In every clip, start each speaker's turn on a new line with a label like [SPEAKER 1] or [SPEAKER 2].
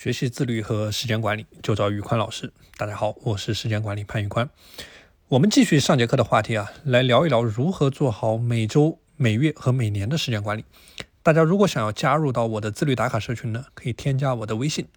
[SPEAKER 1] 学习自律和时间管理就找宇宽老师。大家好，我是时间管理潘宇宽。我们继续上节课的话题来聊一聊如何做好每周、每月和每年的时间管理。大家如果想要加入到我的自律打卡社群呢，可以添加我的微信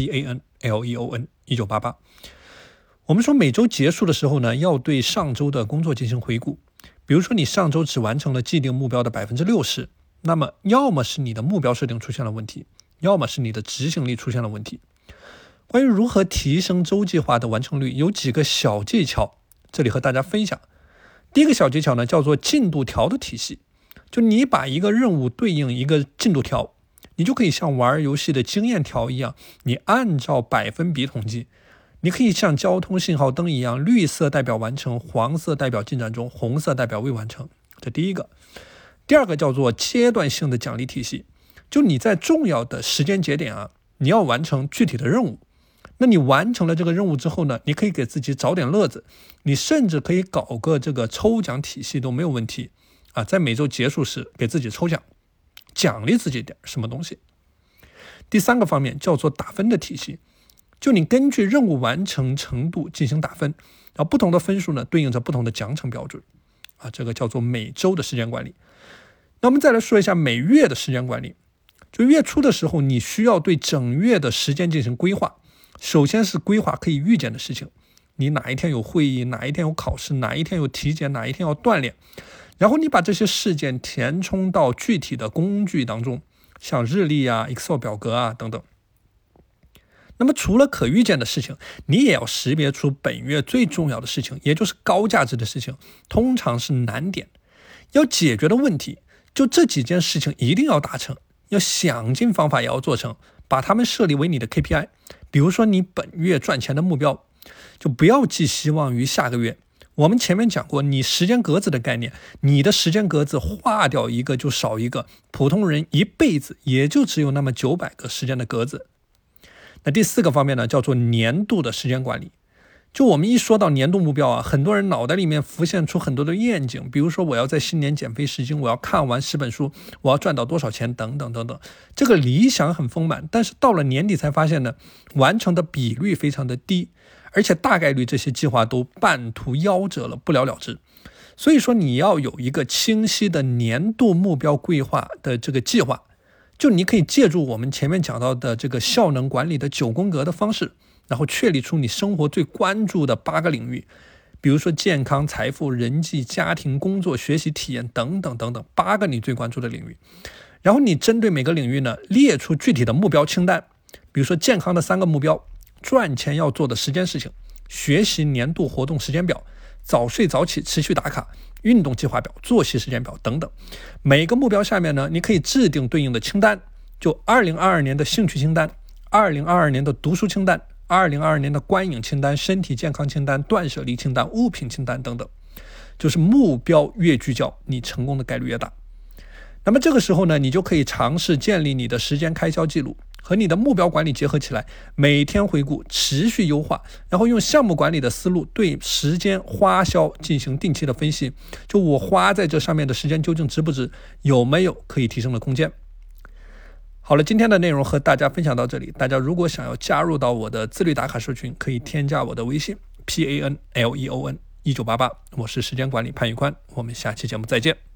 [SPEAKER 1] PANLEON1988。我们说每周结束的时候呢，要对上周的工作进行回顾。比如说你上周只完成了既定目标的 60%， 那么要么是你的目标设定出现了问题，要么是你的执行力出现了问题。关于如何提升周计划的完成率，有几个小技巧，这里和大家分享。第一个小技巧呢，叫做进度条的体系。就你把一个任务对应一个进度条，你就可以像玩游戏的经验条一样，你按照百分比统计。你可以像交通信号灯一样，绿色代表完成，黄色代表进展中，红色代表未完成。这第一个。第二个叫做阶段性的奖励体系。就你在重要的时间节点你要完成具体的任务。那你完成了这个任务之后呢，你可以给自己找点乐子，你甚至可以搞个这个抽奖体系都没有问题在每周结束时给自己抽奖，奖励自己点什么东西。第三个方面叫做打分的体系。就你根据任务完成程度进行打分，然后不同的分数呢对应着不同的奖惩标准这个叫做每周的时间管理。那我们再来说一下每月的时间管理。就月初的时候，你需要对整月的时间进行规划。首先是规划可以预见的事情，你哪一天有会议，哪一天有考试，哪一天有体检，哪一天要锻炼，然后你把这些事件填充到具体的工具当中，像日历Excel 表格等等。那么除了可预见的事情，你也要识别出本月最重要的事情，也就是高价值的事情，通常是难点。要解决的问题，就这几件事情一定要达成，要想尽方法也要做成，把它们设立为你的 KPI。 比如说你本月赚钱的目标，就不要寄希望于下个月。我们前面讲过你时间格子的概念，你的时间格子划掉一个就少一个，普通人一辈子也就只有那么900个时间的格子。那第四个方面呢，叫做年度的时间管理。就我们一说到年度目标很多人脑袋里面浮现出很多的愿景，比如说我要在新年减肥10斤，我要看完10本书，我要赚到多少钱等等等等。这个理想很丰满，但是到了年底才发现呢，完成的比率非常的低，而且大概率这些计划都半途夭折了，不了了之。所以说你要有一个清晰的年度目标规划的这个计划。就你可以借助我们前面讲到的这个效能管理的9宫格的方式，然后确立出你生活最关注的8个领域，比如说健康、财富、人际、家庭、工作、学习、体验等等等等，8个你最关注的领域。然后你针对每个领域呢，列出具体的目标清单，比如说健康的3个目标，赚钱要做的10件事情，学习年度活动时间表，早睡早起持续打卡，运动计划表，作息时间表等等。每个目标下面呢，你可以制定对应的清单，就2022年的兴趣清单，2022年的读书清单，2022年的观影清单，身体健康清单，断舍离清单，物品清单等等。就是目标越聚焦，你成功的概率越大。那么这个时候呢，你就可以尝试建立你的时间开销记录，和你的目标管理结合起来，每天回顾，持续优化，然后用项目管理的思路对时间花销进行定期的分析。就我花在这上面的时间究竟值不值，有没有可以提升的空间。好了，今天的内容和大家分享到这里。大家如果想要加入到我的自律打卡社群，可以添加我的微信 PANLEON1988。我是时间管理潘宇宽，我们下期节目再见。